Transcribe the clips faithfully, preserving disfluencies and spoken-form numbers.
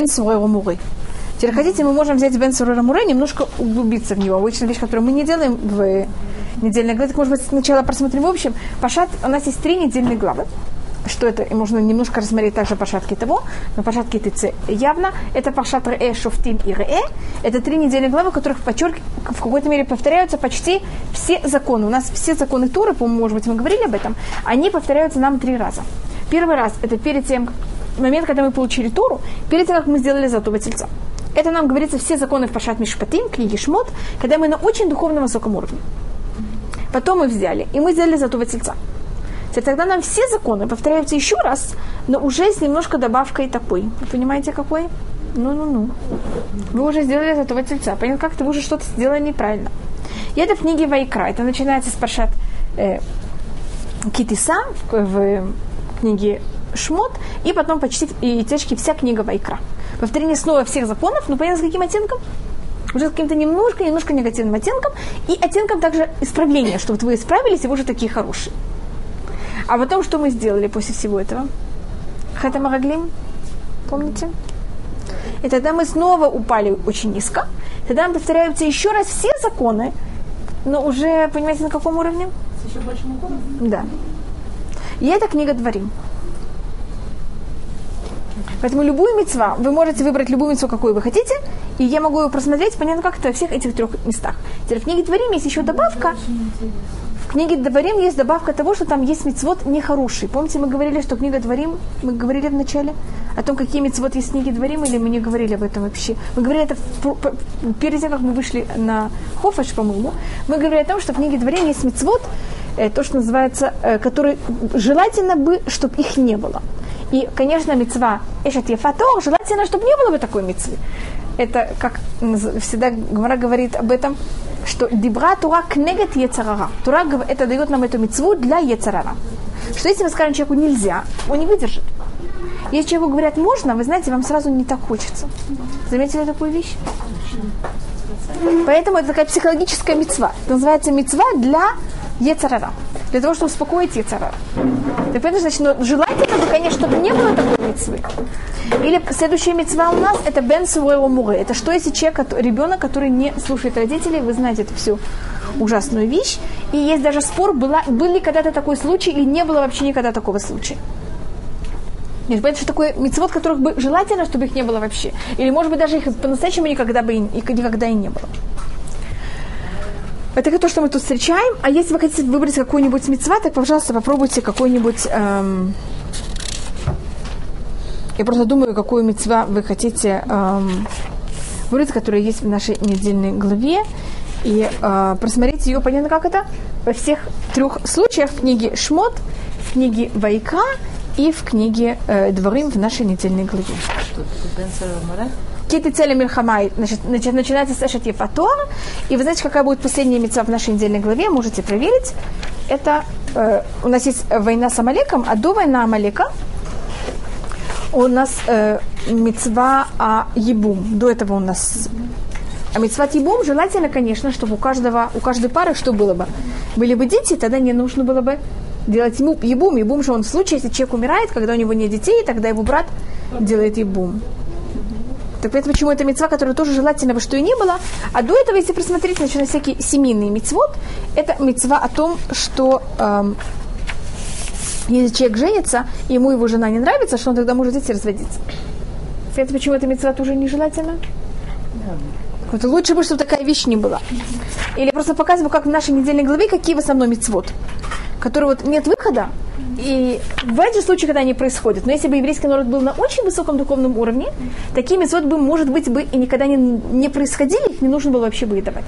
Сурейра Муры. Теперь хотите, мы можем взять Бен Сурейра Муры, немножко углубиться в него. Обычная вещь, которую мы не делаем в недельной главе. Так, может быть, сначала просмотрим в общем. Пашат, у нас есть три недельные главы. Что это? И можно немножко рассмотреть также Пашат Китово, но Пашат Китице явно. Это Пашат Ре, Шофтим и Ре. Это три недельные главы, в которых подчерк... в какой-то мере повторяются почти все законы. У нас все законы Торы, по-моему, может быть, мы говорили об этом, они повторяются нам три раза. Первый раз, это перед тем, момент, когда мы получили Тору, перед тем, как мы сделали Золотого Тельца. Это нам говорится все законы в Пашат Мишпатим, книге Шмот, когда мы на очень духовном высоком уровне. Потом мы взяли, и мы сделали Золотого Тельца. Тогда нам все законы повторяются еще раз, но уже с немножко добавкой такой. Вы понимаете, какой? Ну-ну-ну. Вы уже сделали Золотого Тельца. Понятно, как-то вы уже что-то сделали неправильно. И это в книге Вайкра. Это начинается с Пашат э, Китиса в, в книге Шмот, и потом почти и течки вся книга Вайкра. Повторение снова всех законов, но понятно, с каким оттенком? Уже с каким-то немножко, немножко негативным оттенком, и оттенком также исправления, что вот вы исправились, и вы уже такие хорошие. А потом, что мы сделали после всего этого? Хатам Араглим, помните? И тогда мы снова упали очень низко. Тогда нам повторяются еще раз все законы, но уже, понимаете, на каком уровне? С еще большим уровнем? Да. И это книга Дворим. Поэтому любую мицва, вы можете выбрать любую мицву, какую вы хотите, и я могу ее просмотреть, понятно, как это во всех этих трех местах. Теперь в книге Дворим есть еще добавка. В книге Дворим есть добавка того, что там есть мицвот нехороший. Помните, мы говорили, что книга Дворим, мы говорили в начале о том, какие мицвот есть в книге Дворим, или мы не говорили об этом вообще? Мы говорили это в, перед тем, как мы вышли на Хофаш, по-моему. Мы говорили о том, что в книге Дворим есть мицвот, э, то, что называется, э, который желательно бы, чтобы их не было. И, конечно, мицва Эшет Ефатор, желательно, чтобы не было бы такой мицвы. Это, как всегда Гемара говорит об этом, что дибра Тура кнегет ецарара. Тура это дает нам эту мицву для ецарара. Что если мы скажем человеку нельзя, он не выдержит. Если человеку говорят можно, вы знаете, вам сразу не так хочется. Заметили такую вещь? Поэтому это такая психологическая мицва. Это называется мицва для ецарара. Для того, чтобы успокоить ецарара. Так понимаете, значит, ну, желательно бы, конечно, чтобы не было такой мицвы. Или следующая мицва у нас, это бен сурейра муры. Это что, если человек, ребенок, который не слушает родителей, вы знаете эту всю ужасную вещь. И есть даже спор, была, был ли когда-то такой случай, или не было вообще никогда такого случая. Нет, понятно, что такое мицвот, которых бы желательно, чтобы их не было вообще. Или, может быть, даже их по-настоящему никогда бы и, никогда и не было. Это то, что мы тут встречаем. А если вы хотите выбрать какую-нибудь мицва, так, пожалуйста, попробуйте какой-нибудь... Эм... Я просто думаю, какую мицва вы хотите эм... выбрать, которая есть в нашей недельной главе. И э, просмотреть ее, понятно, как это? Во всех трех случаях в книге Шмот, в книге Вайкра и в книге э, Дворим в нашей недельной главе. Какие-то цели Мильхама, значит, начинается с Эшет Ефатор. И вы знаете, какая будет последняя мицва в нашей недельной главе, можете проверить. Это э, у нас есть война с Амалеком, а до войны Амалека у нас э, мицва а Ебум. До этого у нас... А мицва Ебум желательно, конечно, чтобы у каждого, у каждой пары что было бы? Были бы дети, тогда не нужно было бы делать Ебум. Ебум же он в случае, если человек умирает, когда у него нет детей, тогда его брат делает Ебум. Так понятно, почему это мицва, которая тоже желательно бы, что и не было. А до этого, если просмотреть, значит, на всякие семейные мицвот, это мицва о том, что эм, если человек женится, и ему его жена не нравится, что он тогда может идти разводиться. Понятно, почему эта мицва тоже нежелательно? Вот лучше бы, чтобы такая вещь не была. Или я просто показываю, как в нашей недельной главе, какие в основном мицвот, которые вот нет выхода. И в эти случаи, когда они происходят, но если бы еврейский народ был на очень высоком духовном уровне, такие мицвот бы, может быть, бы и никогда не, не происходили, их не нужно было вообще бы и давать.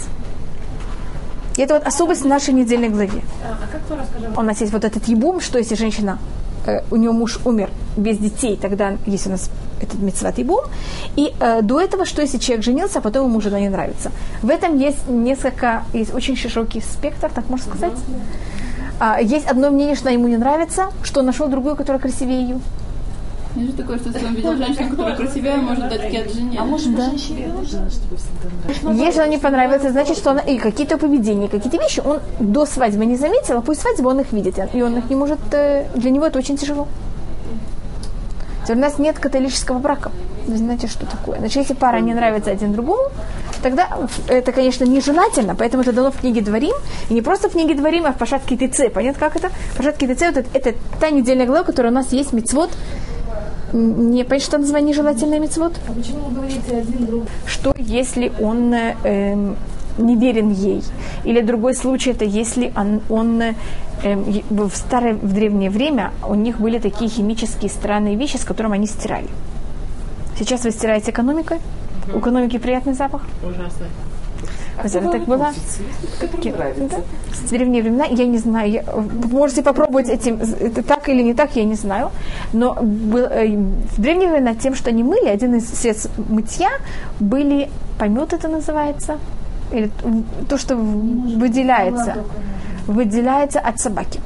И это вот особость в нашей недельной главе. А как то расскажем? У нас есть вот этот ебум, что если женщина, э, у нее муж умер без детей, тогда есть у нас этот мицват ебум. И э, до этого, что если человек женился, а потом ему жена не нравится. В этом есть несколько, есть очень широкий спектр, так можно сказать. А, есть одно мнение, что ему не нравится, что он нашел другую, которая красивее ее. Есть же такое, что если он видел женщину, которая красивее, может дать кет жене. А может, да. женщине нужно, чтобы всегда нравилось? Если она не понравится, значит, что она и какие-то поведения, какие-то вещи он до свадьбы не заметил, а после свадьбы он их видит, и он их не может, для него это очень тяжело. У нас нет католического брака. Вы знаете, что такое? Значит, если пара не нравится один другому, тогда это, конечно, нежелательно, поэтому это дано в книге Дворим. И не просто в книге Дворим, а в Пашат Ки Тейце. Понятно, как это? Пашат Ки Тейце, это, это та недельная глава, которая у нас есть, мицвот. Не понятно, что называется нежелательный мицвот? А почему вы говорите один друг? Что если он э, не верен ей? Или другой случай, это если он, он э, в старое, в древнее время у них были такие химические странные вещи, с которыми они стирали. Сейчас вы стираете экономикой? У экономики приятный запах? Ужасно. А это так было? Да? В древние времена, я не знаю, я, можете попробовать этим, это так или не так, я не знаю, но был, э, в древние времена тем, что они мыли, один из средств мытья были, помет это называется, или то, что выделяется, выделяется от собаки.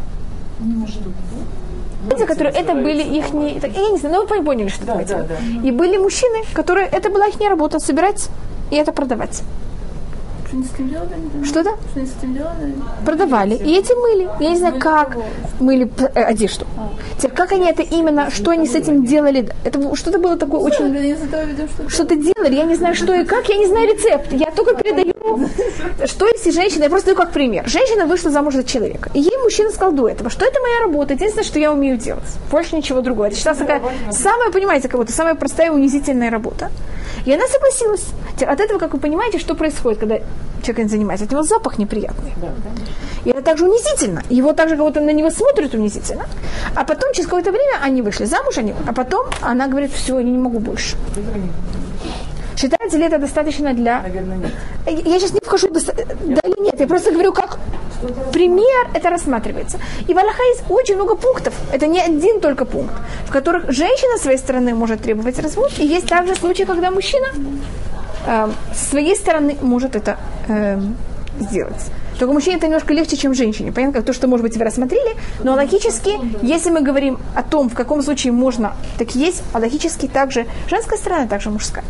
Люди, которые это были их, я не знаю, но вы поняли, что это да, да, да. И были мужчины, которые, это была их работа, собирать и это продавать. Что они с этим делали? Что-то? Что они с этим делали? Продавали. И эти мыли. Я не знаю, как мыли э, одежду. А. Теперь, как они это именно, что они с этим делали? Это что-то было такое очень... Что-то делали. Я не знаю, что и как. Я не знаю рецепт. Я только передаю, что если женщина... Я просто даю как пример. Женщина вышла замуж за человека. И ей мужчина сказал до этого, что это моя работа. Единственное, что я умею делать. Больше ничего другого. Это считалось такая самая, понимаете, как будто самая простая унизительная работа. И она согласилась. От этого, как вы понимаете, что происходит, когда человек этим занимается? От него запах неприятный. Да, да. И это также унизительно. Его также кого-то на него смотрят унизительно. А потом, через какое-то время, они вышли замуж, они, а потом она говорит, все, я не могу больше. Считается ли это достаточно для... Наверное, нет. Я сейчас не вхожу... До... Да или нет, я просто говорю, как пример это рассматривается. И в Аллахе есть очень много пунктов. Это не один только пункт, в которых женщина с своей стороны может требовать развод. И есть также случаи, когда мужчина э, с своей стороны может это э, сделать. Только мужчине это немножко легче, чем женщине. Понятно, как то, что, может быть, вы рассмотрели. Но логически, если мы говорим о том, в каком случае можно, так есть, а логически также женская сторона, также мужская.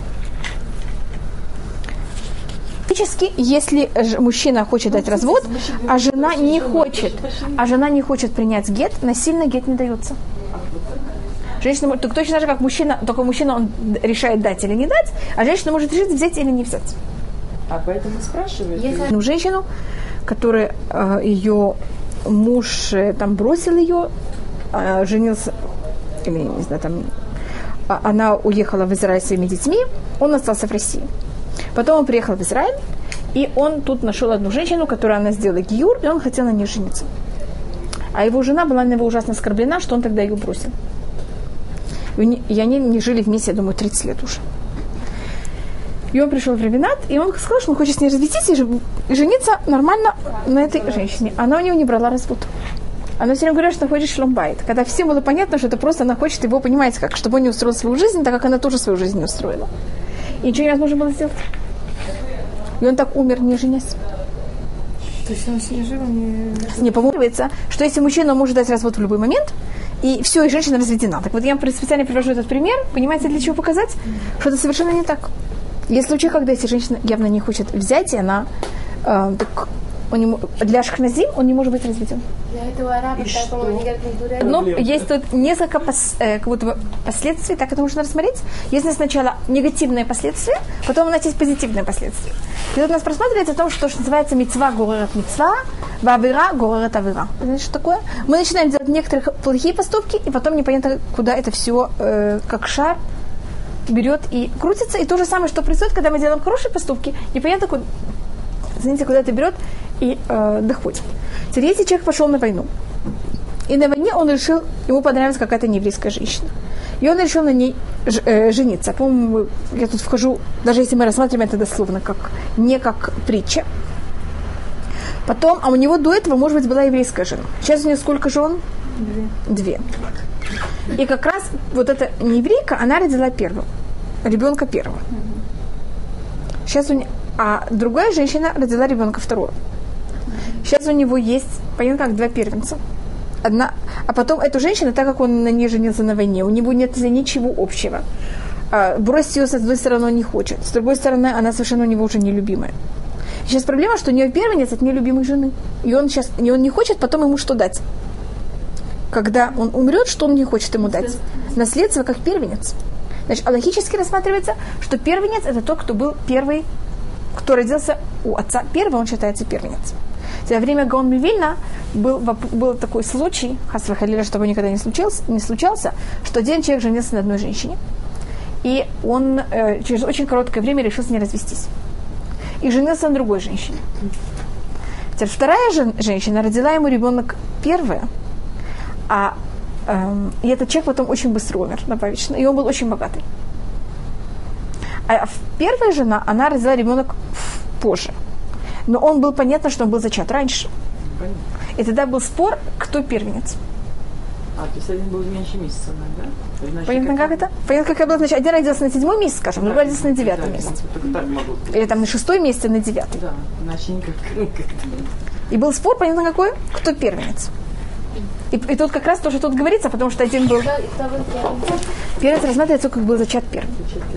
Фактически, если мужчина хочет дать развод, а жена не хочет, а жена не хочет принять гет, насильно гет не дается. Женщина может, точно так же, как мужчина, только мужчина он решает дать или не дать, а женщина может решить взять или не взять. А поэтому спрашивают. Если женщину, которая э, ее муж э, там бросил ее, э, женился, или не знаю, там, э, она уехала в Израиль с своими детьми, он остался в России. Потом он приехал в Израиль, и он тут нашел одну женщину, которую она сделала гиюр, и он хотел на ней жениться. А его жена была на него ужасно оскорблена, что он тогда ее бросил. И они не жили вместе, я думаю, тридцать лет уже. И он пришел в Равинат, и он сказал, что он хочет с ней развестись и жениться нормально на этой женщине. Она у него не брала развод. Она все время говорила, что хочет шломбайт. Когда всем было понятно, что это просто она хочет его, понимаете, как, чтобы он не устроил свою жизнь, так как она тоже свою жизнь не устроила. И ничего невозможно было сделать. И он так умер, не женясь. То есть он не жил, не... Не помогается, что если мужчина может дать развод в любой момент, и все, и женщина разведена. Так вот я специально привожу этот пример, понимаете, для чего показать, что это совершенно не так. Есть случаи, когда если женщина явно не хочет взять, и она э, так, он не, для ашкназим он не может быть разведен. Но есть тут несколько пос, э, как будто последствий, так это можно рассмотреть. Есть сначала негативные последствия, потом у нас есть позитивные последствия. И тут у нас просматривается то, что, что называется мицва горерет мицва, вавира горерет авира. Знаете, что такое? Мы начинаем делать некоторые плохие поступки, и потом непонятно, куда это все, э, как шар, берет и крутится. И то же самое, что происходит, когда мы делаем хорошие поступки, непонятно, куда, знаете, куда это берет и э, доходит. Теперь, если человек пошел на войну, и на войне он решил, ему понравилась какая-то нееврейская женщина, и он решил на ней ж, э, жениться. По-моему, я тут вхожу, даже если мы рассматриваем это дословно, как, не как притча. Потом, а у него до этого, может быть, была еврейская жена. Сейчас у него сколько жен? Две. Две. И как раз вот эта нееврейка, она родила первого, ребенка первого. Сейчас у нее... А другая женщина родила ребенка второго. Сейчас у него есть, понятно, как два первенца. Одна, а потом эту женщину, так как он на ней женился на войне, у него нет ничего общего. А, бросить ее, с одной стороны, он не хочет. С другой стороны, она совершенно у него уже нелюбимая. Сейчас проблема, что у нее первенец от нелюбимой жены. И он сейчас, и он не хочет потом ему что дать. Когда он умрет, что он не хочет ему дать? наследство как первенец. Значит, а логически рассматривается, что первенец – это тот, кто был первый, кто родился у отца первый, он считается первенец. Во время Гаон Мивильна был, был такой случай, хас вахалиля, чтобы никогда не случался, не случался, что один человек женился на одной женщине, и он э, через очень короткое время решил с ней развестись. И женился на другой женщине. Теперь вторая жен, женщина родила ему ребенок первая, а э, и этот человек потом очень быстро умер, напавечно, и он был очень богатый. А первая жена, она родила ребенок позже. Но он был, понятно, что он был зачат раньше. Понятно. И тогда был спор, кто первенец. А, то есть один был меньше месяца, да? Значит, понятно, как, как это? Понятно, как это было? Значит, один родился на седьмой месяц, скажем, другой родился на девятом месяце. Или там на шестой месяц, на девятый. Да, иначе никак. И был спор, понятно, какой? Кто первенец. И, и тут как раз тоже тут говорится, потому что один был... Первенец рассматривается, как был зачат первым.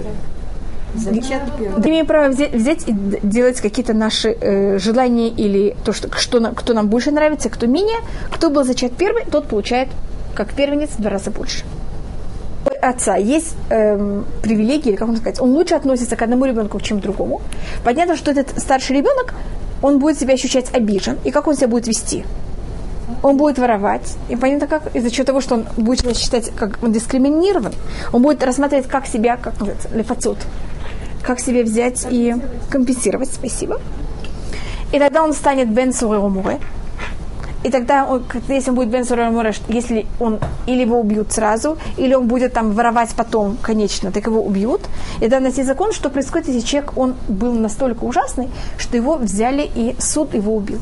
Мы имеем право взять, взять и делать какие-то наши э, желания или то, что, что на, кто нам больше нравится, кто менее. Кто был зачат первый, тот получает как первенец в два раза больше. У отца есть эм, привилегии, или как можно сказать, он лучше относится к одному ребенку, чем к другому. Понятно, что этот старший ребенок, он будет себя ощущать обижен. И как он себя будет вести? Он будет воровать. И понятно, как из-за чего того, что он будет себя считать, как он дискриминирован, он будет рассматривать, как себя, как называется, лефацут, как себе взять и компенсировать. Спасибо. И тогда он станет бен сурер умуре. И тогда, он, если он будет бен сурер умуре, если он или его убьют сразу, или он будет там воровать потом, конечно, так его убьют. И тогда есть закон, что происходит, если человек, он был настолько ужасный, что его взяли и суд его убил.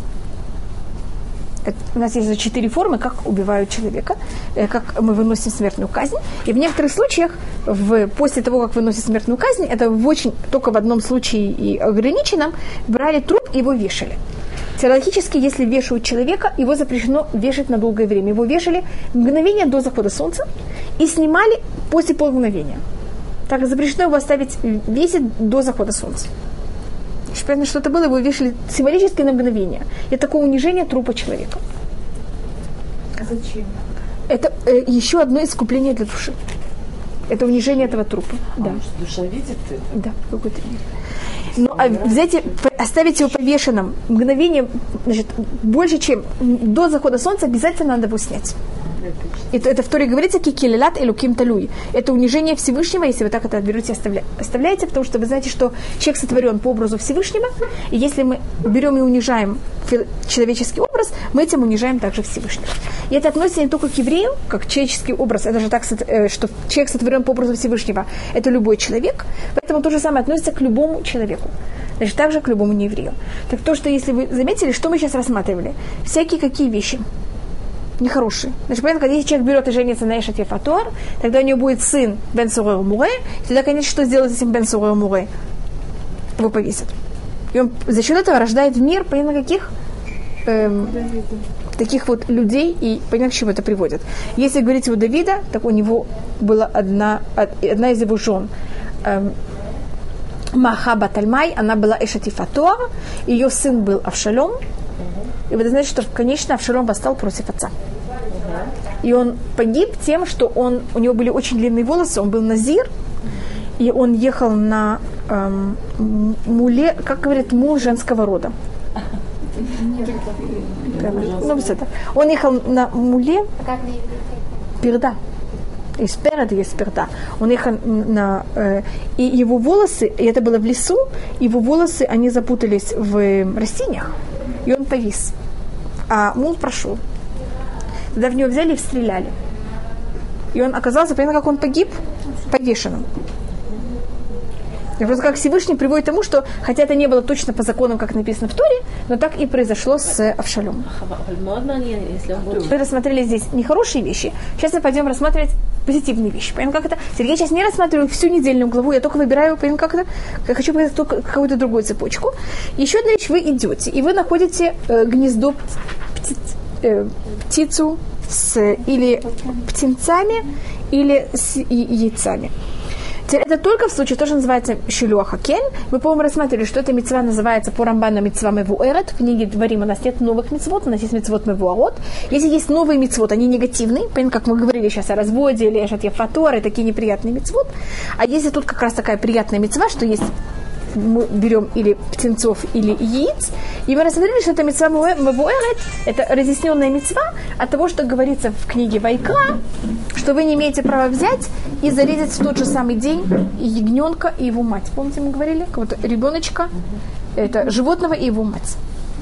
Это, у нас есть четыре формы, как убивают человека, как мы выносим смертную казнь. И в некоторых случаях, в, после того, как выносят смертную казнь, это в очень, только в одном случае и ограниченном, брали труп и его вешали. Теологически, если вешают человека, его запрещено вешать на долгое время. Его вешали мгновение до захода солнца и снимали после полмгновения. Так запрещено его оставить весить до захода солнца. Понятно, что это было, его вешали символически на мгновение. Это такое унижение трупа человека. А зачем? Это э, еще одно искупление для души. Это унижение этого трупа. А да. Душа видит это? Да, в какой-то мере. Ну, а взять, оставить его повешенным мгновение, значит, больше, чем до захода солнца, обязательно надо его снять. Это, это в Торе говорится кикилелат элуким талуй. Это унижение Всевышнего, если вы так это берете и оставля, оставляете, потому что вы знаете, что человек сотворен по образу Всевышнего, и если мы берем и унижаем человеческий образ, мы этим унижаем также Всевышнего. И это относится не только к еврею, как человеческий образ, это же так, что человек сотворен по образу Всевышнего, это любой человек, поэтому то же самое относится к любому человеку. Значит, также к любому нееврею. Так то, что если вы заметили, что мы сейчас рассматривали, всякие какие вещи нехорошие. Значит, понятно, когда если человек берет и женится на Эшет Ефатор, тогда у него будет сын бен сурер умуре, и тогда, конечно, что сделать с этим бен сурер умуре? Его повесят. И он за счет этого рождает в мир, понятно, каких? Эм, таких вот людей, и понятно, к чему это приводит. Если говорить у Давида, так у него была одна, одна из его жен, эм, Маха Тальмай, она была Эшет Ефатор, ее сын был Авшалом, и вы знаете, что, конечно, Авшалом восстал против отца. И он погиб тем, что он, у него были очень длинные волосы, он был назир, и он ехал на эм, муле, как говорят, мул женского рода. Ну, это. Он ехал на муле перда. Из перда есть перда. Он ехал на... Э, и его волосы, и это было в лесу, его волосы, они запутались в растениях, и он повис. А мул прошел. Тогда в него взяли и стреляли. И он оказался, понятно, как он погиб, повешенным. И просто как Всевышний приводит к тому, что, хотя это не было точно по законам, как написано в Торе, но так и произошло с Авшалом. Мы рассмотрели здесь нехорошие вещи. Сейчас мы пойдем рассматривать позитивные вещи. Понятно, как это? Сергей сейчас не рассматриваю всю недельную главу, я только выбираю, понятно, как это? Я хочу показать только какую-то другую цепочку. Еще одна вещь, вы идете, и вы находите э, гнездо птиц, э, птицу с или птенцами, или с и, яйцами. Это только в случае, то, что называется шилуах хакен. Мы, по-моему, рассматривали, что эта мицва называется по Рамбану мицва мевуэрет. В книге Дворим у нас нет новых мицвот, у нас есть мицвот мевуарот. Если есть новые мицвот, они негативные, понятно, как мы говорили сейчас о разводе, или о фаторе, такие неприятные мицвот. А если тут как раз такая приятная мицва, что есть, мы берем или птенцов, или яиц, и мы рассмотрели, что это мицва мевуэрет, это разъясненная мицва от того, что говорится в книге Вайкра, что вы не имеете права взять и зарезать в тот же самый день ягненка и его мать. Помните, мы говорили? Какого-то ребеночка, это животного и его мать.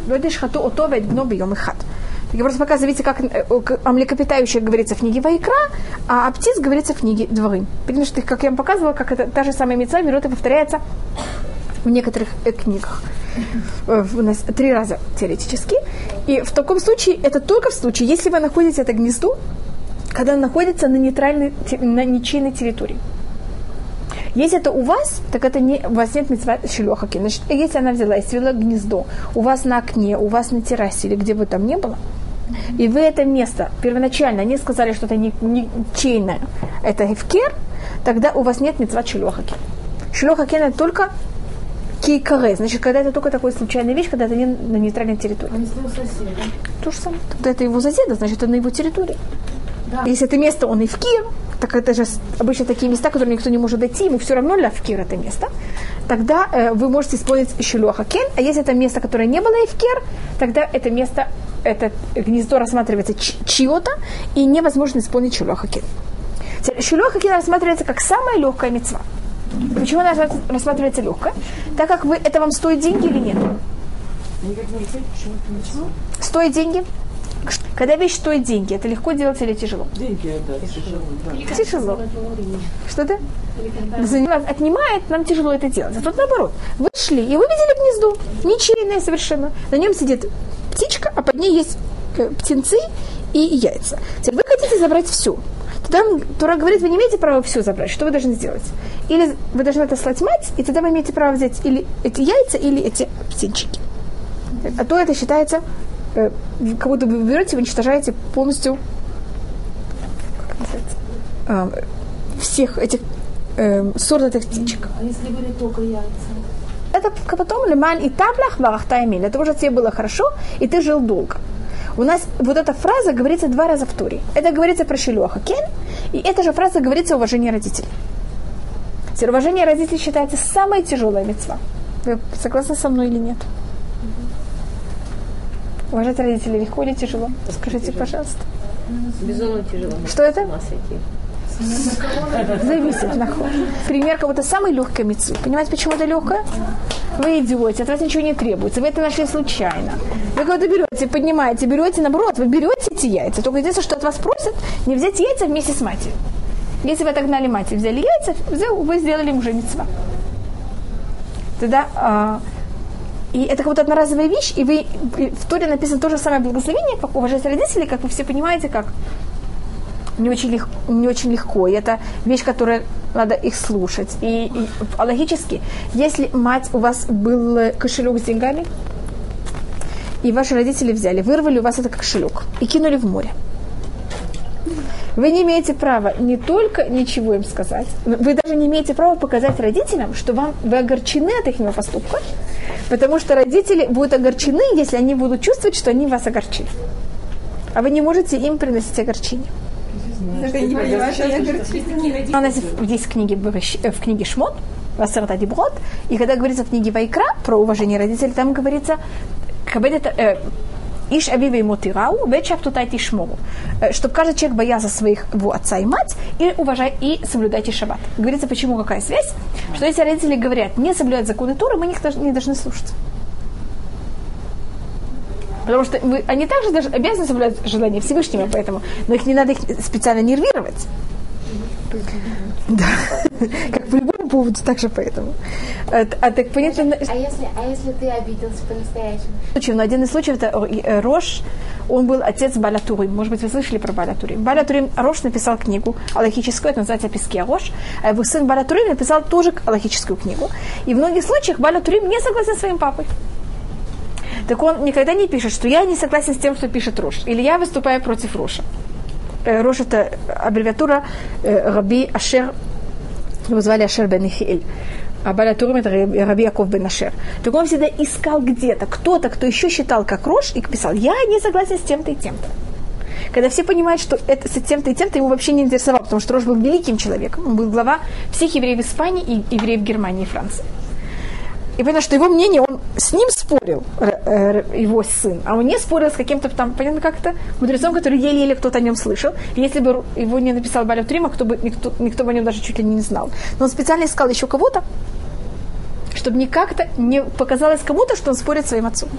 Я просто показываю, как о млекопитающих говорится в книге Вайкра, а о птиц говорится в книге Дворим. Потому что, как я вам показывала, как это та же самая мицва берет и повторяется в некоторых э, книгах. У нас три раза теоретически. И в таком случае, это только в случае, если вы находите это гнездо, когда оно находится на нейтральной, на ничейной территории. Если это у вас, так это не, у вас нет мицва шилуах хакен. Значит, если она взяла и свела гнездо у вас на окне, у вас на террасе, или где бы там ни было, и вы это место, первоначально они сказали, что это не ничейное, это хефкер, тогда у вас нет мицва шилуах хакен. Шилуах хакен это только кейкаре, значит, когда это только такая случайная вещь, когда это не на нейтральной территории. А если у соседа? То же самое. Тогда это его соседа, значит, это на его территории. Да. Если это место, он и вкир, так это же обычно такие места, которые никто не может дойти, ему все равно для вкир это место, тогда э, вы можете использовать шилуах хакен, а если это место, которое не было и вкир, тогда это место, это гнездо рассматривается чье-то, и невозможно исполнить шилуах хакен. Шилуах хакен рассматривается как самая легкая мицва. Почему она рассматривается легкая? Так как вы, это вам стоит деньги или нет? Стоит деньги? Когда вещь стоит деньги, это легко делать или тяжело? Деньги, да, тяжело. Да. Тяжело. Что-то? Отнимает, нам тяжело это делать. А тут наоборот. Вы шли и вы видели гнездо, ничейное совершенно. На нем сидит птичка, а под ней есть птенцы и яйца. Теперь вы хотите забрать все. Тогда Тора говорит, вы не имеете права все забрать. Что вы должны сделать? Или вы должны отослать мать, и тогда вы имеете право взять или эти яйца, или эти птенчики. А то это считается, э, как будто вы берете, вы уничтожаете полностью как э, всех этих э, сорт птичек. А если были только яйца? Это потом леман и таблах варахта имин. Это уже тебе было хорошо, и ты жил долго. У нас вот эта фраза говорится два раза в Торе. Это говорится про шилуах хакен, и эта же фраза говорится о уважении родителей. Теперь уважение родителей считается самой тяжелой мицва. Вы согласны со мной или нет? Уважать родителей легко или тяжело? Скажите, пожалуйста. Безумно тяжело. Что это? Зависит. Пример кого-то самой легкой мицвы. Понимаете, почему это легкое? Вы идете, от вас ничего не требуется. Вы это нашли случайно. Вы кого-то берете, поднимаете, берете, наоборот, вы берете эти яйца. Только единственное, что от вас просят, не взять яйца вместе с матерью. Если вы отогнали мать и взяли яйца, вы сделали уже мицва. Тогда... А, и это как будто одноразовая вещь, и вы, в Торе написано то же самое благословение, как уважать родителей, как вы все понимаете, как не очень, лег, не очень легко. И это вещь, которую надо их слушать. И, и логически, если мать, у вас был кошелек с деньгами, и ваши родители взяли, вырвали у вас этот кошелек и кинули в море. Вы не имеете права не только ничего им сказать, вы даже не имеете права показать родителям, что вам, вы огорчены от их поступка, потому что родители будут огорчены, если они будут чувствовать, что они вас огорчили. А вы не можете им приносить огорчение. У нас есть в книге, в книге Шмот, Васерта Диброд, и когда говорится в книге Вайкра про уважение родителей, там говорится, Иш авива ему тирау, вечав тутайте шмору. Чтобы каждый человек боялся своих его отца и мать и уважай и соблюдайте шаббат. Говорится, почему, какая связь? Что если родители говорят, не соблюдать законы Торы, мы них не должны слушаться. Потому что мы, они также даже обязаны соблюдать желания Всевышнего, поэтому, но их не надо их специально нервировать. Да. Как по любому поводу, так же поэтому. А, а так понятно. А если, а если ты обиделся по-настоящему? Но один из случаев это Рош, он был отец Бааля Турим. Может быть, вы слышали про Бааля Турим. Бааля Турим, Рош написал книгу алахическую, это называется «Пески Рош», а его сын Бааля Турим написал тоже алахическую книгу. И в многих случаях Бааля Турим не согласен с своим папой. Так он никогда не пишет, что я не согласен с тем, что пишет Рош, или я выступаю против Роша. Рош – это аббревиатура Раби Ашер его звали Ашер бен Ихиэль, а Бааль ха-Турим это Раби Яков бен Ашер. Так он всегда искал где-то кто-то, кто еще считал как Рош, и писал: я не согласен с тем-то и тем-то. Когда все понимают, что это с тем-то и тем-то, его вообще не интересовало, потому что Рош был великим человеком, он был глава всех евреев Испании и евреев Германии и Франции. И понятно, что его мнение, он с ним спорил, его сын, а он не спорил с каким-то там, понятно, как это, мудрецом, который еле-еле кто-то о нем слышал. И если бы его не написал Бааль ха-Турим, кто бы, никто, никто бы о нем даже чуть ли не знал. Но он специально искал еще кого-то, чтобы не как-то не показалось кому-то, что он спорит с своим отцом.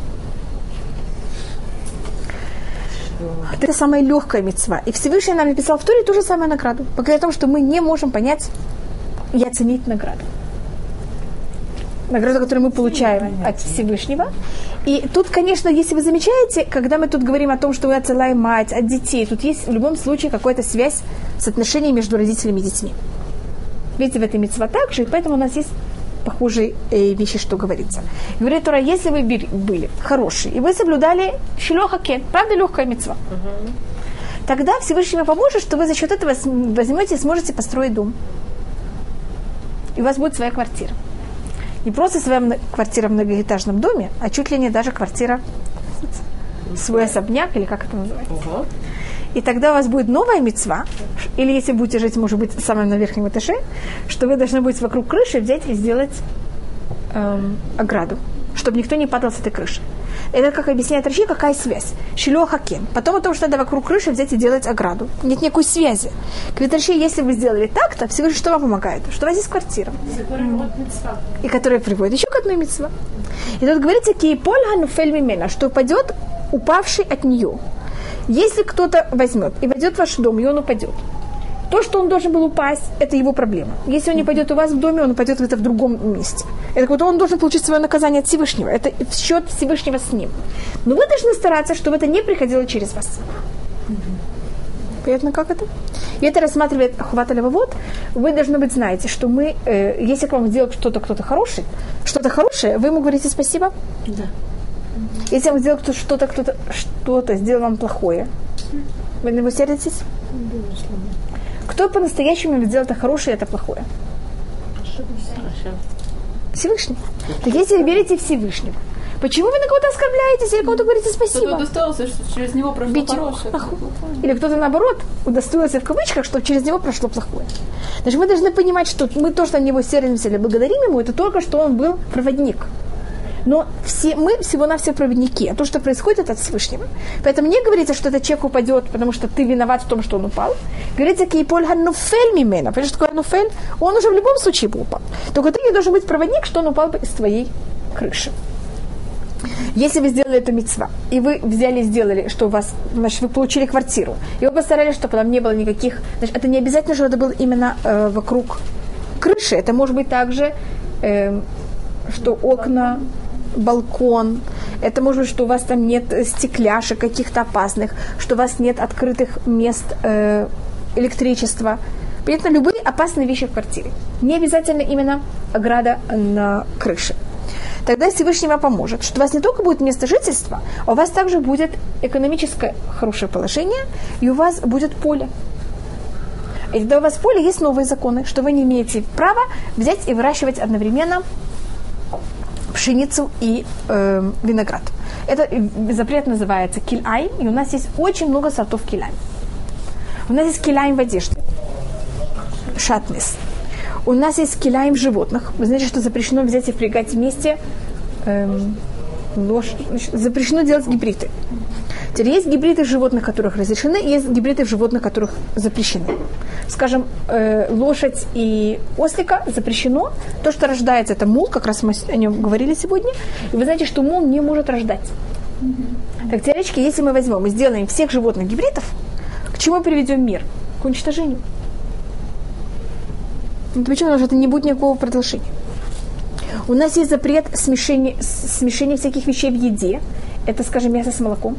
Это самая легкая мицва. И Всевышний нам написал в Торе ту же самую награду. Пока о том, что мы не можем понять и оценить награду. Награду, которую мы получаем от Всевышнего. И тут, конечно, если вы замечаете, когда мы тут говорим о том, что мы отсылаем мать от детей, тут есть в любом случае какая-то связь с отношением между родителями и детьми. Видите, в этой мицва также, и поэтому у нас есть похожие э, вещи, что говорится. Говорит Тора, если вы были хорошие, и вы соблюдали шилохакен, правда, легкая мицва, uh-huh. тогда Всевышний вам поможет, что вы за счет этого возьмете и сможете построить дом. И у вас будет своя квартира. Не просто своя квартира в многоэтажном доме, а чуть ли не даже квартира, свой особняк, или как это называется. Uh-huh. И тогда у вас будет новая мицва, или если будете жить, может быть, самым на верхнем этаже, что вы должны будете вокруг крыши взять и сделать эм, ограду, чтобы никто не падал с этой крыши. Это, как объясняет Раши, какая связь? Шилохакен. Потом о том, что надо вокруг крыши взять и делать ограду. Нет никакой связи. Говорит Раши, если вы сделали так-то, Всевышний что вам помогает? Что у вас есть квартира. И которая приводит еще к одной мицве. И тут говорится, кейпольга нуфель мимена, что упадет упавший от нее. Если кто-то возьмет и войдет в ваш дом, и он упадет, то, что он должен был упасть, это его проблема. Если он не пойдет у вас в доме, он упадет где-то в другом месте. Это вот он должен получить свое наказание от Всевышнего. Это в счет Всевышнего с ним. Но вы должны стараться, чтобы это не приходило через вас. Понятно, как это? И это рассматривает Хуват аль-Левавот. Вы, должны быть, знаете, что мы, э, если к вам сделал что-то кто-то хороший, что-то хорошее, вы ему говорите спасибо? Да. Если вам сделал кто-то, что-то, кто-то что-то сделал вам плохое, вы на него сердитесь? Кто по-настоящему сделал это хорошее, это плохое? Всевышний. Так если вы верите в Всевышнего, почему вы на кого-то оскорбляетесь или кому-то говорите спасибо? Кто-то удостоился, что через него прошло Бить хорошее. Или кто-то, наоборот, удостоился в кавычках, что через него прошло плохое. Значит, мы должны понимать, что мы то, что на него сердимся или благодарим ему, это только, что он был проводник. Но все, мы всего-навсего проводники, а то, что происходит, это от Всевышнего. Поэтому не говорится, что этот человек упадет, потому что ты виноват в том, что он упал. Говорится, кейполь гануфель мимена. Понимаешь, что такое нуфель? Он уже в любом случае бы упал. Только ты не должен быть проводник, что он упал бы из твоей крыши. Если вы сделали эту мицва, и вы взяли и сделали, что у вас, значит, вы получили квартиру, и вы постарались, чтобы там не было никаких... Значит, это не обязательно, что это было именно э, вокруг крыши. Это может быть также, э, что окна... балкон, это может быть, что у вас там нет стекляшек каких-то опасных, что у вас нет открытых мест э, электричества. Понятно, любые опасные вещи в квартире. Не обязательно именно ограда на крыше. Тогда Всевышний вам поможет, что у вас не только будет место жительства, а у вас также будет экономическое хорошее положение, и у вас будет поле. И когда у вас поле, есть новые законы, что вы не имеете права взять и выращивать одновременно пшеницу и э, виноград. Это запрет называется килайм, и у нас есть очень много сортов килайм. У нас есть килайм в одежде, шатнес. У нас есть килайм в животных. Вы знаете, что запрещено взять и впрягать вместе э, ложь, запрещено делать гибриды. Теперь есть гибриды животных, которых разрешены, и есть гибриды животных, которых запрещены. Скажем, э, лошадь и ослика запрещено. То, что рождается, это мул, как раз мы о нем говорили сегодня. И вы знаете, что мул не может рождать. Mm-hmm. Так, теоретически, если мы возьмем и сделаем всех животных гибридов, к чему приведем мир? К уничтожению. Это почему? Потому что это не будет никакого продолжения. У нас есть запрет смешения, смешения всяких вещей в еде. Это, скажем, мясо с молоком.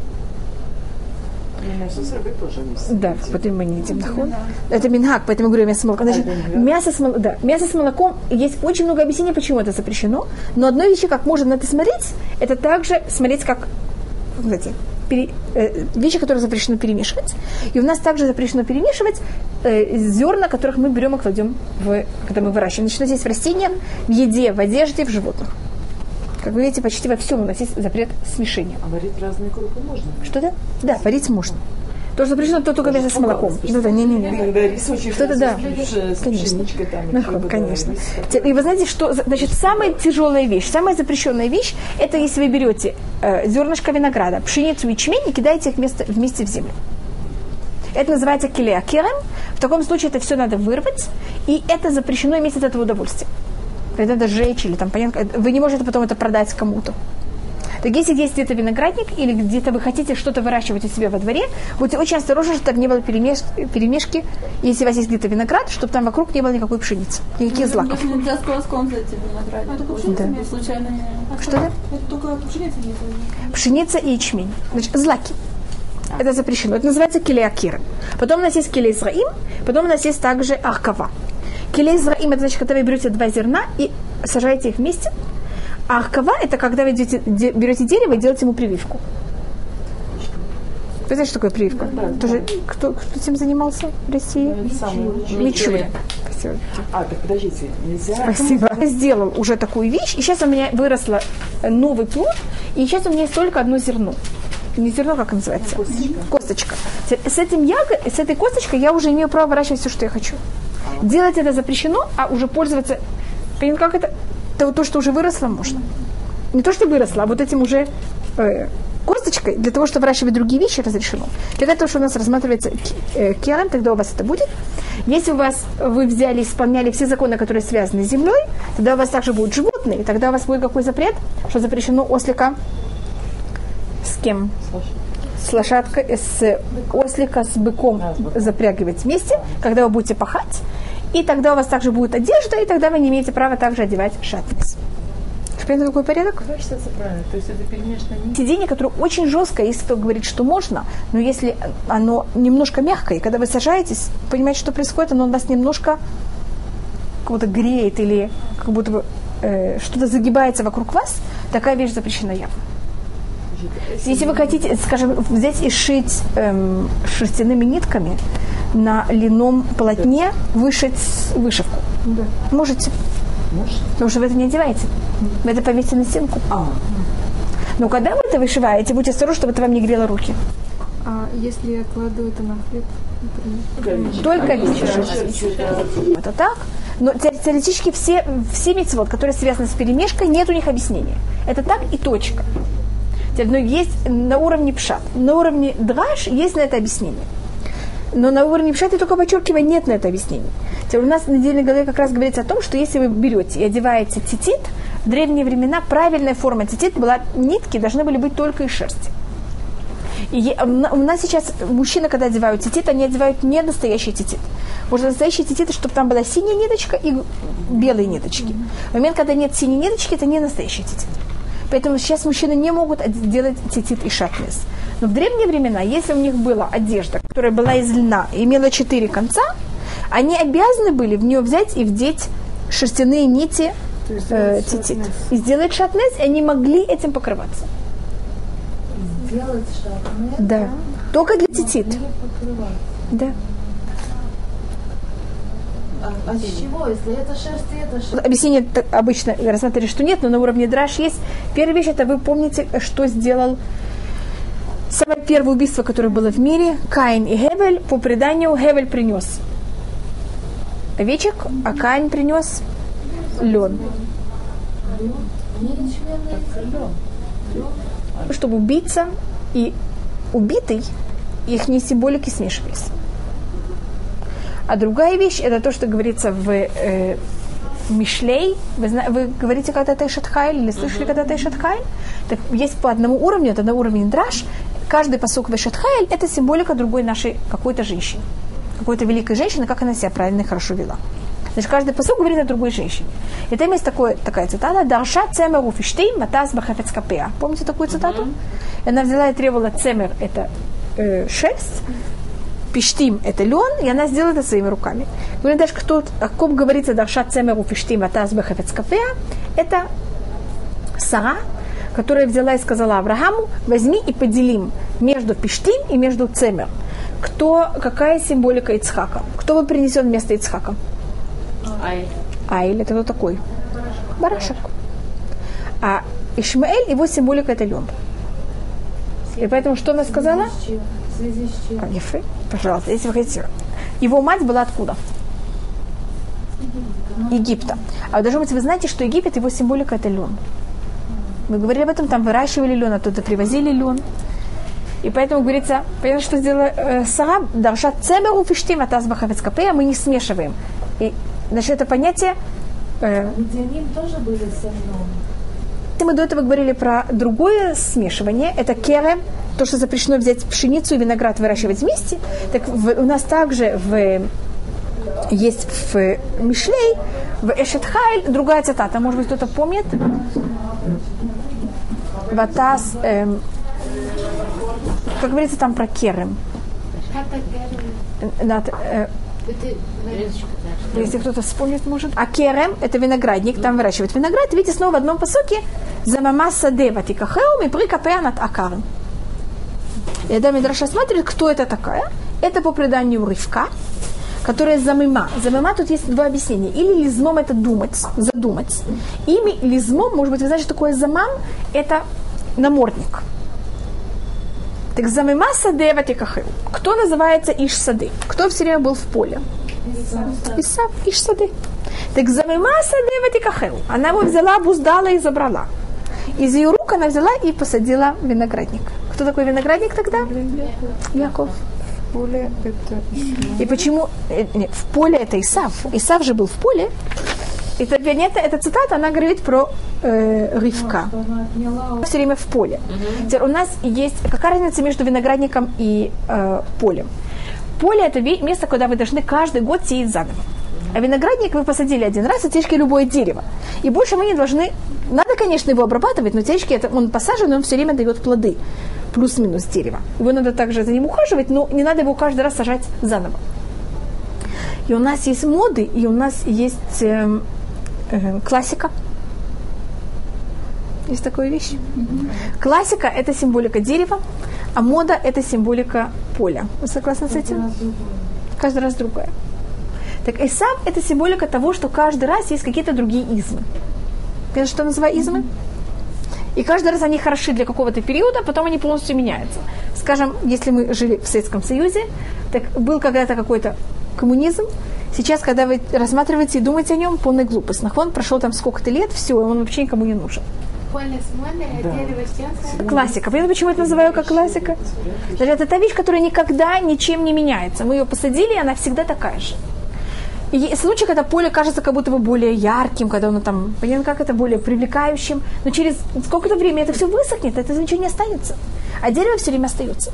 Мясо с рыбой тоже есть. Да, поэтому мы не едим нахон. Это минхак, поэтому я говорю мясо с молоком. Значит, а, мясо, с мол... да, мясо с молоком, есть очень много объяснений, почему это запрещено. Но одной вещи, как можно на это смотреть, это также смотреть, как, знаете, пере, э, вещи, которые запрещено перемешивать. И у нас также запрещено перемешивать э, зерна, которых мы берем и кладем, в, когда мы выращиваем. Значит, у нас есть в растениях, в еде, в одежде, в животных. Как вы видите, почти во всем у нас есть запрет смешения. А варить разные крупы можно? Что-то? Да, варить можно. То, что запрещено, то только вместе с молоком. Да-да, не-не-не. Что-то да. С пшеничкой там. Ну, конечно. И вы знаете, что, значит, самая тяжелая вещь, самая запрещенная вещь, это если вы берете э, зернышко винограда, пшеницу и ячмень и кидаете их вместе, вместе в землю. Это называется келеакерем. В таком случае это все надо вырвать, и это запрещено иметь от этого удовольствие. Это надо сжечь или там, понятно, вы не можете потом это продать кому-то. Так если есть где-то виноградник или где-то вы хотите что-то выращивать у себя во дворе, будьте очень осторожны, чтобы там не было перемеш... перемешки, если у вас есть где-то виноград, чтобы там вокруг не было никакой пшеницы, никаких злаков. Даже нельзя с колоском зайти в виноградник. А, только Да. Случайно не... Что это? Это только пшеница не Пшеница и ячмень. Значит, злаки. Это запрещено. Это называется келеакир. Потом у нас есть келеизраим, потом у нас есть также ахкава. Келеизраим – это значит, когда вы берете два зерна и сажаете их вместе. А ахкава – это когда вы идете, де, берете дерево и делаете ему прививку. Вы знаете, что такое прививка? Да, да. Тоже, кто, кто этим занимался в России? Мичури. Спасибо. А, так подождите, нельзя... Спасибо. Я сделал уже такую вещь, и сейчас у меня выросло новый плод, и сейчас у меня есть только одно зерно. Не зерно, как называется? Косточка. Косточка. С, этим яго, с этой косточкой я уже имею право выращивать все, что я хочу. Делать это запрещено, а уже пользоваться... Понимаете, как это? То, то, что уже выросло, можно. Не то, что выросло, а вот этим уже э, косточкой, для того, чтобы выращивать другие вещи, разрешено. Для того, что у нас рассматривается э, керем, тогда у вас это будет. Если у вас вы взяли и исполняли все законы, которые связаны с землей, тогда у вас также будут животные. Тогда у вас будет какой запрет, что запрещено ослика с кем? С лошадкой, с ослика с быком запрягивать вместе, когда вы будете пахать. И тогда у вас также будет одежда, и тогда вы не имеете права также одевать шатнец. Понятно, какой порядок? Как считается правильно? То есть это перемешанное не... Сиденье, которое очень жесткое, если кто говорит, что можно, но если оно немножко мягкое, когда вы сажаетесь, понимаете, что происходит, оно вас немножко как будто греет или как будто бы э, что-то загибается вокруг вас, такая вещь запрещена явно. Если вы хотите, скажем, взять и шить эм, шерстяными нитками на льняном полотне, вышить вышивку, Да. можете. Может? Потому что вы это не одеваете. Вы это повесите на стенку. А. Но когда вы это вышиваете, будьте осторожны, чтобы это вам не грело руки. А если я кладу это на хлеб, например? Только вечером. Это так. Но теоретически все, все мицвот, которые связаны с перемешкой, нет у них объяснения. Это так и точка. Но есть на уровне пшат. На уровне драш есть на это объяснение. Но на уровне пшат, я только подчеркиваю, нет на это объяснения. Теперь у нас на недельной главе как раз говорится о том, что если вы берете и одеваете титит, в древние времена правильная форма титит была, нитки должны были быть только из шерсти. И у нас сейчас мужчины, когда одевают титит, они одевают не настоящий титит. Может, настоящий титит, чтобы там была синяя ниточка и белые ниточки. В момент, когда нет синей ниточки, это не настоящий титит. Поэтому сейчас мужчины не могут делать титит и шатнес. Но в древние времена, если у них была одежда, которая была из льна и имела четыре конца, они обязаны были в нее взять и вдеть шерстяные нити э, титит. И сделать шатнес, и они могли этим покрываться. Сделать шатнес? Да. Только для титит. Да. А, а с чего? Если это шерсть, и это шерсть? Объяснение обычно рассматривали, что нет, но на уровне драш есть. Первая вещь, это вы помните, что сделал самое первое убийство, которое было в мире, Каин и Гевель. По преданию, Гевель принес овечек, а Каин принес лен. Чтобы убийца и убитый, их символики смешивались. А другая вещь, это то, что говорится в э, Мишлей. Вы, зна- вы говорите когда-то Эшет Хайль или слышали uh-huh. когда-то Эшет Хайль? Так есть по одному уровню, это на уровне драш. Каждый пасук в Эшет Хайль – это символика другой нашей какой-то женщины. Какой-то великой женщины, как она себя правильно и хорошо вела. Значит, каждый пасук говорит о другой женщине. И там есть такое, такая цитата: «Дарша цемеру фиштейм матас бахефец капеа». Помните такую цитату? Uh-huh. Она взяла и требовала цемер – это э, шерсть, пиштим – это лен, и она сделала это своими руками. Говорит, даже кто, о ком говорится «Дарша цемеру пиштим матас бахефец капеа», это Сара, которая взяла и сказала Аврааму: возьми и поделим между Пиштим и между Цемер. Кто, какая символика Ицхака? Кто бы принесен вместо Ицхака? Айль. Айль, это кто такой? Барашек. А Ишмаэль, его символика это лен. И поэтому что она сказала? А, пожалуйста, если вы хотите. Его мать была откуда? Египта. А должно быть, вы знаете, что Египет, его символика это лен. Мы говорили об этом, там выращивали лен, оттуда привозили лен. И поэтому говорится, понятно, что сделала э, Сара, даршат цемеру фиштим атаз бахавецкапея, мы не смешиваем. И, значит, это понятие... Э, Медианим тоже были семеном. мы до этого говорили про другое смешивание, это керем, то, что запрещено взять пшеницу и виноград выращивать вместе. Так в, у нас также в, есть в Мишлей, в Эшет Хайль, другая цитата, может быть, кто-то помнит? Ватас... Эм, как говорится там про керем. Над, э, если кто-то вспомнит, может. А керем – это виноградник, там выращивают виноград. Видите, снова в одном посоке «Замама саде ватикахеу ми прикапея над акаром». И когда Мидраш рассматривает, кто это такая, это по преданию Ривка, которая замыма. Замыма, тут есть два объяснения. Или лизмом – это думать, задумать. Ими лизмом, может быть, вы знаете, что такое замам – это намордник. Так замыма саде ватикахеу. Кто называется Иш сады? Кто все время был в поле? Исав, Иш сады. Так замыма саде ватикахеу. Она его взяла, обуздала и забрала. Из ее рук она взяла и посадила виноградник. Кто такой виноградник тогда? Яков. Поле это... И почему... Нет, в поле это Исав. Исав же был в поле. И понятно, эта цитата, она говорит про э, Ривка. Все время в поле. Mm-hmm. Теперь у нас есть... Какая разница между виноградником и э, полем? Поле – это место, куда вы должны каждый год сеять заново. А виноградник вы посадили один раз, и теперь любое дерево. И больше мы не должны... Надо, конечно, его обрабатывать, но теперь это, он посажен, и он все время дает плоды. Плюс-минус дерево. Его надо также за ним ухаживать, но не надо его каждый раз сажать заново. И у нас есть моды, и у нас есть... Э, классика. Есть такая вещь. Mm-hmm. Классика – это символика дерева, а мода – это символика поля. Вы согласны с этим? Каждый раз другая. Так Исав – это символика того, что каждый раз есть какие-то другие измы. Ты что называю измы? И каждый раз они хороши для какого-то периода, потом они полностью меняются. Скажем, если мы жили в Советском Союзе, так был когда-то какой-то коммунизм. Сейчас, когда вы рассматриваете и думаете о нем, полная глупость. Он прошел там сколько-то лет, все, он вообще никому не нужен. Да. Классика. Понятно, почему я это называю как классика? Даже это та вещь, которая никогда ничем не меняется. Мы ее посадили, и она всегда такая же. И случай, когда поле кажется как будто бы более ярким, когда оно там, понятно, как это, более привлекающим, но через сколько-то времени это все высохнет, это ничего не останется. А дерево все время остается.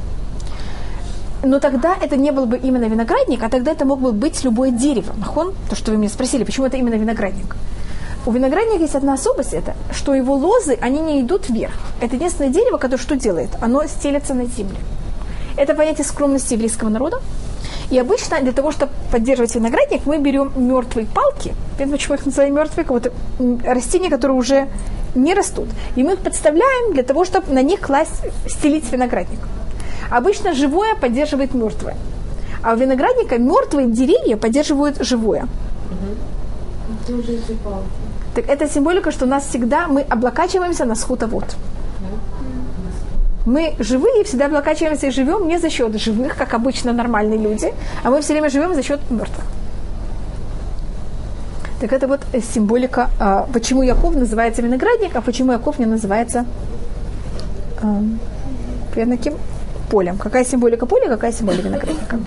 Но тогда это не был бы именно виноградник, а тогда это мог бы быть любое дерево. Нахон, то, что вы меня спросили, почему это именно виноградник. У виноградника есть одна особость, это, что его лозы, они не идут вверх. Это единственное дерево, которое что делает? Оно стелется на земле. Это понятие скромности еврейского народа. И обычно для того, чтобы поддерживать виноградник, мы берем мертвые палки. Понимаете, почему их называют мертвые? Как-то растения, которые уже не растут. И мы их подставляем для того, чтобы на них класть, стелить виноградник. Обычно живое поддерживает мертвое. А у виноградника мертвые деревья поддерживают живое. Угу. Так это символика, что у нас всегда мы облокачиваемся на схутовод. Мы живые всегда облокачиваемся и живем не за счет живых, как обычно нормальные люди, а мы все время живем за счет мертвых. Так это вот символика, почему Яков называется виноградник, а почему Яков не называется э, полем. Какая символика поля, какая символика виноградника.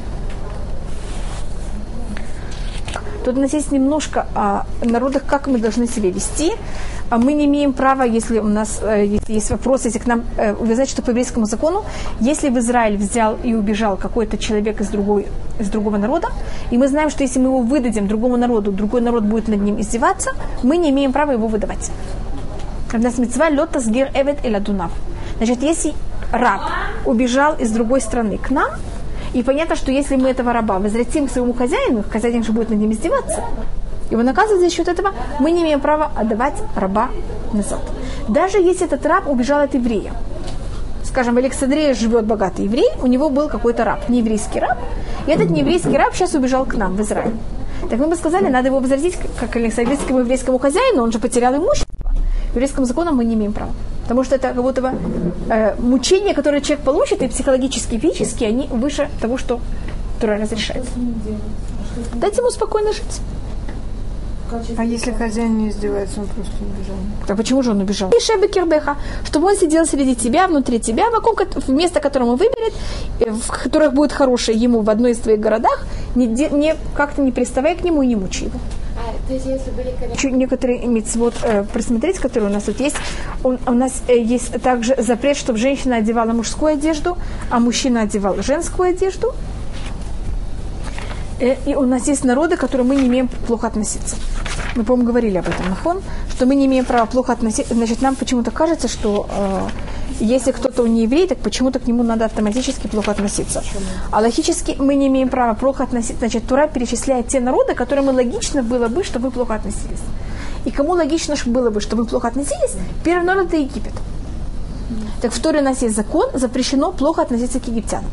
Тут у нас есть немножко о народах, как мы должны себя вести. А мы не имеем права, если у нас э, если есть вопросы, если к нам, э, вы знаете, что по еврейскому закону, если в Израиль взял и убежал какой-то человек из, другой, из другого народа, и мы знаем, что если мы его выдадим другому народу, другой народ будет над ним издеваться, мы не имеем права его выдавать. У нас мицва лота сгир эвет эль адунав. Значит, если раб убежал из другой страны к нам, и понятно, что если мы этого раба возвратим к своему хозяину, хозяин же будет над ним издеваться, его наказывать за счет этого, мы не имеем права отдавать раба назад. Даже если этот раб убежал от еврея. скажем, в Александрии живет богатый еврей, у него был какой-то раб, нееврейский раб, и этот нееврейский раб сейчас убежал к нам, в Израиль. Так мы бы сказали, надо его возвратить как александрийскому еврейскому хозяину, он же потерял имущество. Еврейским законом мы не имеем права. Потому что это как будто бы э, мучения, которые человек получит, и психологические, и физические, они выше того, что Тора разрешает. Дайте ему спокойно жить. А если хозяин не издевается, он просто убежал? Так почему же он убежал? И шебе кирбеха, чтобы он сидел среди тебя, внутри тебя, вокруг, в место, которое он выберет, в которых будет хорошее ему в одной из твоих городах, не, не, как-то не приставай к нему и не мучи его. А, то есть, если были Чуть некоторые мицвот э, просмотреть, которые у нас тут есть. Он, у нас э, есть также запрет, чтобы женщина одевала мужскую одежду, а мужчина одевал женскую одежду. Э, и у нас есть народы, к которым мы не имеем плохо относиться. Мы, по-моему, говорили об этом, нахон, что мы не имеем права плохо относиться. Значит, нам почему-то кажется, что э, если кто-то не еврей, так почему-то к нему надо автоматически плохо относиться. А логически мы не имеем права плохо относиться. Значит, Тора перечисляет те народы, к которым логично было бы, чтобы вы плохо относились. И кому логично было бы, чтобы вы плохо относились, первый народ – это Египет. Так в Торе у нас есть закон, запрещено плохо относиться к египтянам.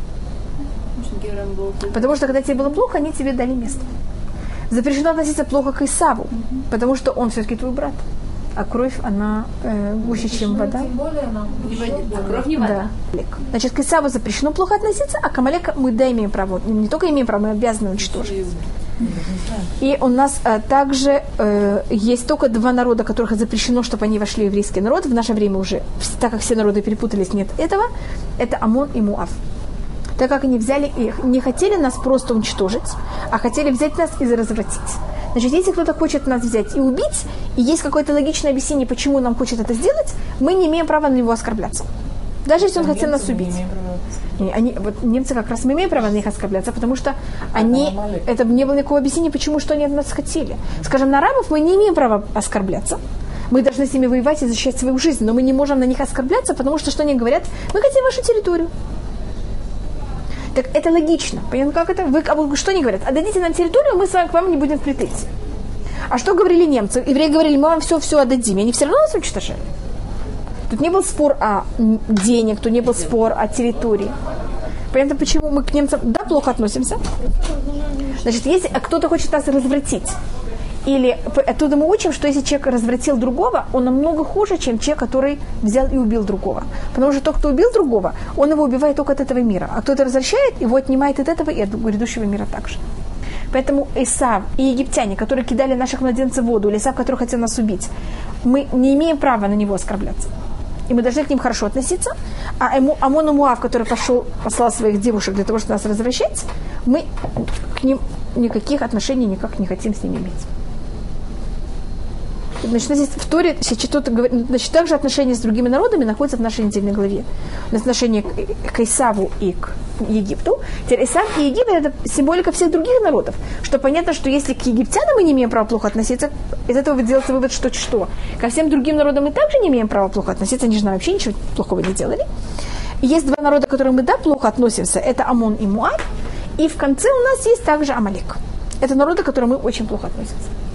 Потому что когда тебе было плохо, они тебе дали место. Запрещено относиться плохо к Исаву, потому что он все-таки твой брат. А кровь, она э, гуще, чем вода. Тем более она а кровь не вода. Да. Значит, к Исаву запрещено плохо относиться, а к Амалеку мы да имеем право. Не только имеем право, мы обязаны уничтожить. И у нас э, также э, есть только два народа, которых запрещено, чтобы они вошли в еврейский народ. В наше время уже, так как все народы перепутались, нет этого. Это Амон и Муав. Так как они взяли их, не хотели нас просто уничтожить, а хотели взять нас и развратить. Значит, если кто-то хочет нас взять и убить, и есть какое-то логичное объяснение, почему он нам хочет это сделать, мы не имеем права на него оскорбляться. Даже если он хотел нас убить. Не, они, вот немцы как раз мы имеем право на них оскорбляться, потому что они, это не было никакого объяснения, почему, что они от нас хотели. Скажем, на арабов мы не имеем права оскорбляться. Мы должны с ними воевать и защищать свою жизнь, но мы не можем на них оскорбляться, потому что, что они говорят, мы хотим вашу территорию. Так это логично. Понятно, как это? Вы, вы что они говорят? Отдадите нам территорию, мы с вами к вам не будем в претензии. А что говорили немцы? Евреи говорили, мы вам все-все отдадим. И они все равно нас уничтожали. Тут не был спор о денег, тут не был спор о территории. Понятно, почему мы к немцам, да, плохо относимся? Значит, если кто-то хочет нас развратить, или оттуда мы учим, что если человек развратил другого, он намного хуже, чем человек, который взял и убил другого. Потому что тот, кто убил другого, он его убивает только от этого мира. А кто-то развращает, его отнимает от этого и от грядущего мира также. Поэтому Исав и египтяне, которые кидали наших младенцев в воду, или Исав, который хотел нас убить, мы не имеем права на него оскорбляться. И мы должны к ним хорошо относиться. А Амон и Муав, который пошел, послал своих девушек для того, чтобы нас развращать, мы к ним никаких отношений никак не хотим с ними иметь. Значит, здесь в Торе, значит, также отношения с другими народами находятся в нашей недельной главе. Отношение к Исаву и к Египту. Теперь Исав и Египет – это символика всех других народов. Что понятно, что если к египтянам мы не имеем права плохо относиться, из этого делается вывод, что что. Ко всем другим народам мы также не имеем права плохо относиться, они же нам вообще ничего плохого не делали. И есть два народа, к которым мы, да, плохо относимся. Это Амон и Муав. И в конце у нас есть также Амалек. Это народы, к которым мы очень плохо относимся.